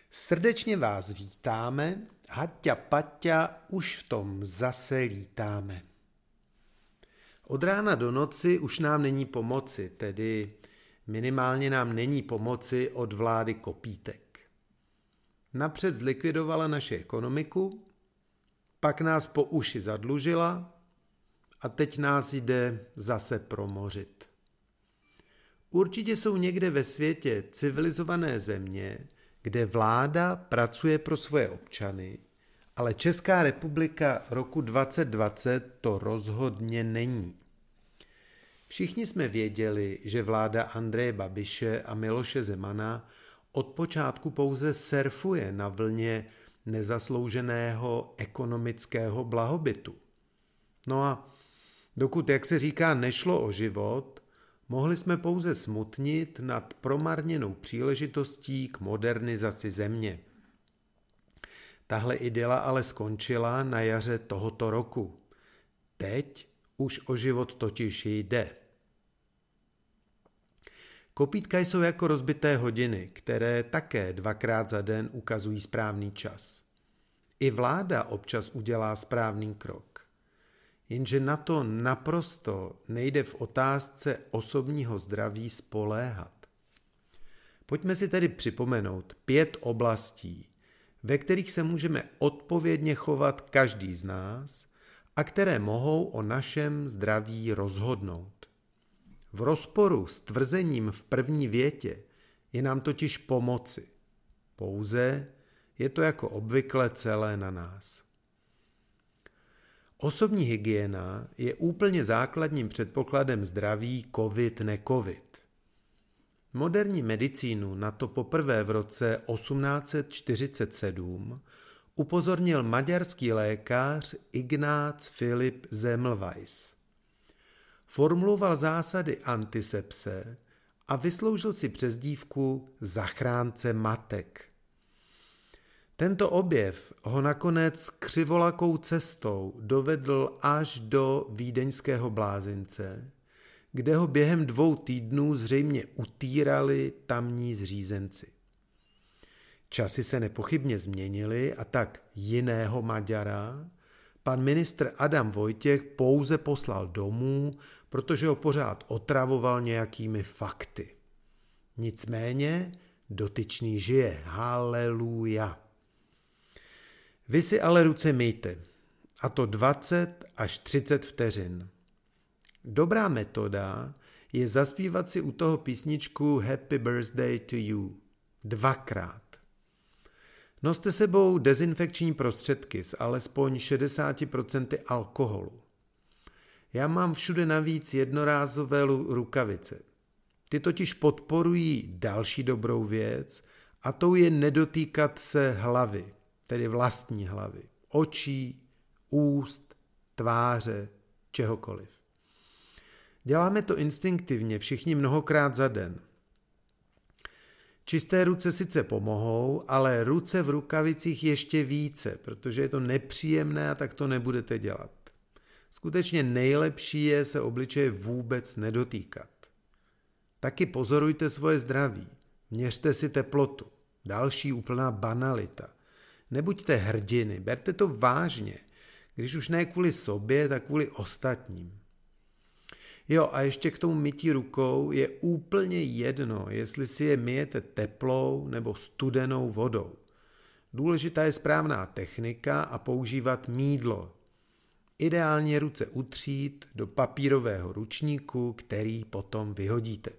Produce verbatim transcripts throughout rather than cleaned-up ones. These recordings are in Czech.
Srdečně vás vítáme, Haťa Paťa, už v tom zase lítáme. Od rána do noci už nám není pomoci, tedy minimálně nám není pomoci od vlády kopítek. Napřed zlikvidovala naši ekonomiku, pak nás po uši zadlužila a teď nás jde zase promořit. Určitě jsou někde ve světě civilizované země, kde vláda pracuje pro svoje občany, ale Česká republika roku dvacet dvacet to rozhodně není. Všichni jsme věděli, že vláda Andreje Babiše a Miloše Zemana od počátku pouze surfuje na vlně nezaslouženého ekonomického blahobytu. No a dokud, jak se říká, nešlo o život, mohli jsme pouze smutnit nad promarněnou příležitostí k modernizaci země. Tahle idyla ale skončila na jaře tohoto roku. Teď už o život totiž jde. Kopítka jsou jako rozbité hodiny, které také dvakrát za den ukazují správný čas. I vláda občas udělá správný krok. Jenže na to naprosto nejde v otázce osobního zdraví spoléhat. Pojďme si tedy připomenout pět oblastí, ve kterých se můžeme odpovědně chovat každý z nás a které mohou o našem zdraví rozhodnout. V rozporu s tvrzením v první větě je nám totiž pomoci. Pouze je to jako obvykle celé na nás. Osobní hygiena je úplně základním předpokladem zdraví covid-necovid. Moderní medicínu na to poprvé v roce osmnáct set čtyřicet sedm upozornil maďarský lékař Ignác Filip Semmelweis. Formuloval zásady antisepse a vysloužil si přezdívku zachránce matek. Tento objev ho nakonec křivolakou cestou dovedl až do vídeňského blázince, kde ho během dvou týdnů zřejmě utírali tamní zřízenci. Časy se nepochybně změnily a tak jiného Maďara pan ministr Adam Vojtěch pouze poslal domů, protože ho pořád otravoval nějakými fakty. Nicméně dotyčný žije. Haleluja. Vy si ale ruce myjte, a to dvacet až třicet vteřin. Dobrá metoda je zaspívat si u toho písničku Happy Birthday to You. Dvakrát. Noste sebou dezinfekční prostředky s alespoň šedesát procent alkoholu. Já mám všude navíc jednorázové rukavice. Ty totiž podporují další dobrou věc a tou je nedotýkat se hlavy, tedy vlastní hlavy, očí, úst, tváře, čehokoliv. Děláme to instinktivně všichni mnohokrát za den. Čisté ruce sice pomohou, ale ruce v rukavicích ještě více, protože je to nepříjemné a tak to nebudete dělat. Skutečně nejlepší je se obličeje vůbec nedotýkat. Taky pozorujte svoje zdraví, měřte si teplotu, další úplná banalita. Nebuďte hrdiny, berte to vážně, když už ne kvůli sobě, tak kvůli ostatním. Jo, a ještě k tomu mytí rukou je úplně jedno, jestli si je myjete teplou nebo studenou vodou. Důležitá je správná technika a používat mýdlo. Ideálně ruce utřít do papírového ručníku, který potom vyhodíte.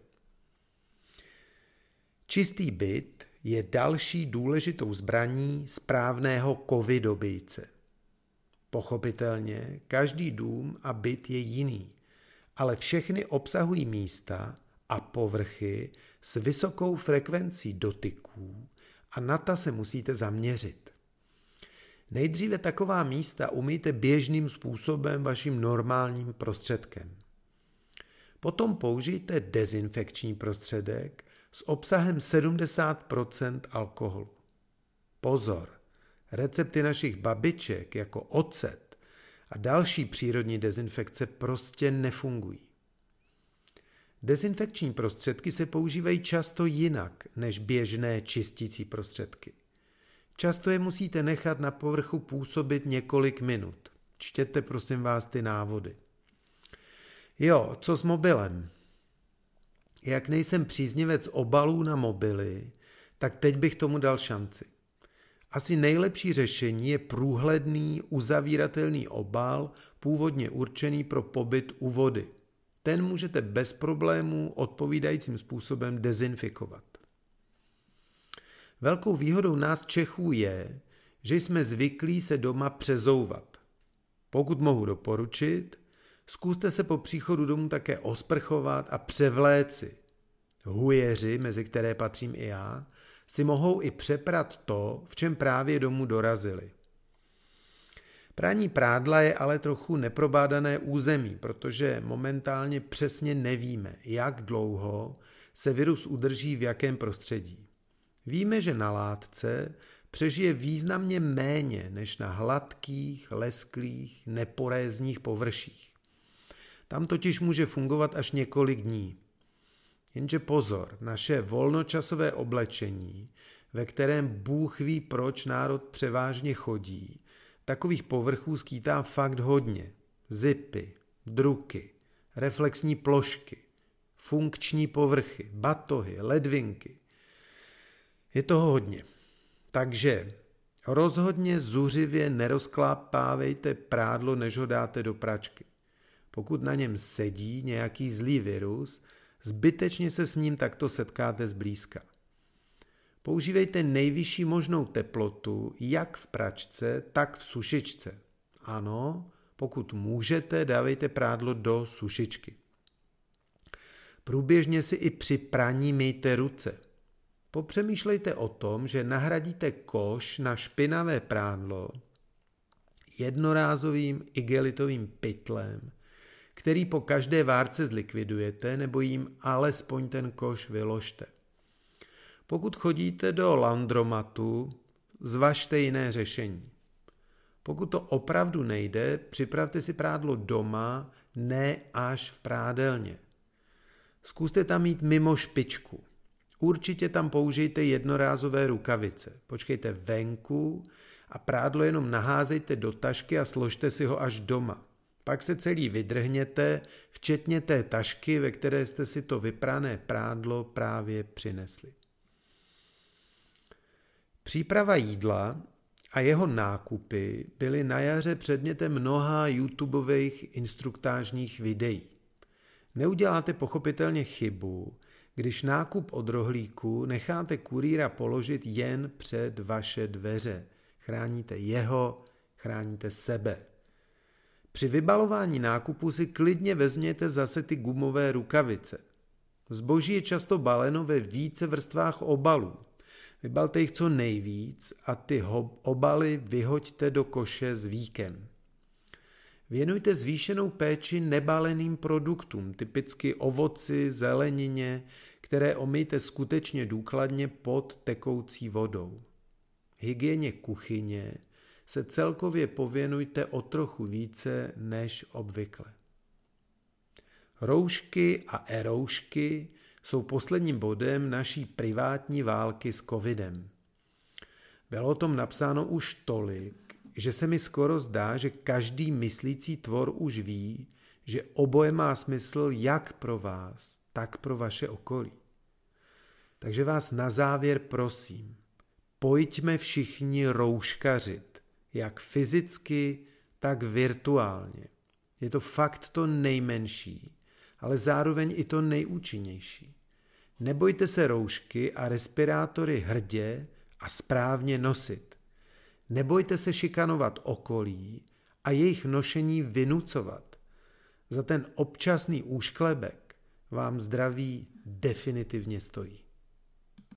Čistý byt je další důležitou zbraní správného covidobijce. Pochopitelně, každý dům a byt je jiný, ale všechny obsahují místa a povrchy s vysokou frekvencí dotyků a na ta se musíte zaměřit. Nejdříve taková místa umýjte běžným způsobem vaším normálním prostředkem. Potom použijte dezinfekční prostředek s obsahem sedmdesát procent alkoholu. Pozor, recepty našich babiček jako ocet a další přírodní dezinfekce prostě nefungují. Dezinfekční prostředky se používají často jinak než běžné čistící prostředky. Často je musíte nechat na povrchu působit několik minut. Čtěte prosím vás ty návody. Jo, co s mobilem? Jak nejsem příznivec obalů na mobily, tak teď bych tomu dal šanci. Asi nejlepší řešení je průhledný, uzavíratelný obal, původně určený pro pobyt u vody. Ten můžete bez problémů odpovídajícím způsobem dezinfikovat. Velkou výhodou nás Čechů je, že jsme zvyklí se doma přezouvat. Pokud mohu doporučit, zkuste se po příchodu domů také osprchovat a převléci. Hujeři, mezi které patřím i já, si mohou i přeprat to, v čem právě domů dorazili. Prání prádla je ale trochu neprobádané území, protože momentálně přesně nevíme, jak dlouho se virus udrží v jakém prostředí. Víme, že na látce přežije významně méně než na hladkých, lesklých, neporézních površích. Tam totiž může fungovat až několik dní. Jenže pozor, naše volnočasové oblečení, ve kterém Bůh ví, proč národ převážně chodí, takových povrchů skýtá fakt hodně. Zipy, druky, reflexní plošky, funkční povrchy, batohy, ledvinky. Je toho hodně. Takže rozhodně zuřivě nerozklápávejte prádlo, než ho dáte do pračky. Pokud na něm sedí nějaký zlý virus, zbytečně se s ním takto setkáte zblízka. Používejte nejvyšší možnou teplotu jak v pračce, tak v sušičce. Ano, pokud můžete, dávejte prádlo do sušičky. Průběžně si i při praní myjte ruce. Popřemýšlejte o tom, že nahradíte koš na špinavé prádlo jednorázovým igelitovým pytlem, který po každé várce zlikvidujete, nebo jim alespoň ten koš vyložte. Pokud chodíte do laundromatu, zvažte jiné řešení. Pokud to opravdu nejde, připravte si prádlo doma, ne až v prádelně. Zkuste tam mít mimo špičku. Určitě tam použijte jednorázové rukavice. Počkejte venku a prádlo jenom naházejte do tašky a složte si ho až doma. Pak se celý vydrhněte, včetně té tašky, ve které jste si to vyprané prádlo právě přinesli. Příprava jídla a jeho nákupy byly na jaře předmětem mnoha YouTubeových instruktážních videí. Neuděláte pochopitelně chybu, když nákup od rohlíku necháte kurýra položit jen před vaše dveře. Chráníte jeho, chráníte sebe. Při vybalování nákupu si klidně vezměte zase ty gumové rukavice. Zboží je často baleno ve více vrstvách obalů. Vybalte jich co nejvíc a ty obaly vyhoďte do koše s víkem. Věnujte zvýšenou péči nebaleným produktům, typicky ovoci, zelenině, které omyjte skutečně důkladně pod tekoucí vodou. Hygieně kuchyně se celkově pověnujte o trochu více než obvykle. Roušky a e-roušky jsou posledním bodem naší privátní války s covidem. Bylo o tom napsáno už tolik, že se mi skoro zdá, že každý myslící tvor už ví, že oboje má smysl jak pro vás, tak pro vaše okolí. Takže vás na závěr prosím, pojďme všichni rouškařit, jak fyzicky, tak virtuálně. Je to fakt to nejmenší, ale zároveň i to nejúčinnější. Nebojte se roušky a respirátory hrdě a správně nosit. Nebojte se šikanovat okolí a jejich nošení vynucovat. Za ten občasný úšklebek vám zdraví definitivně stojí.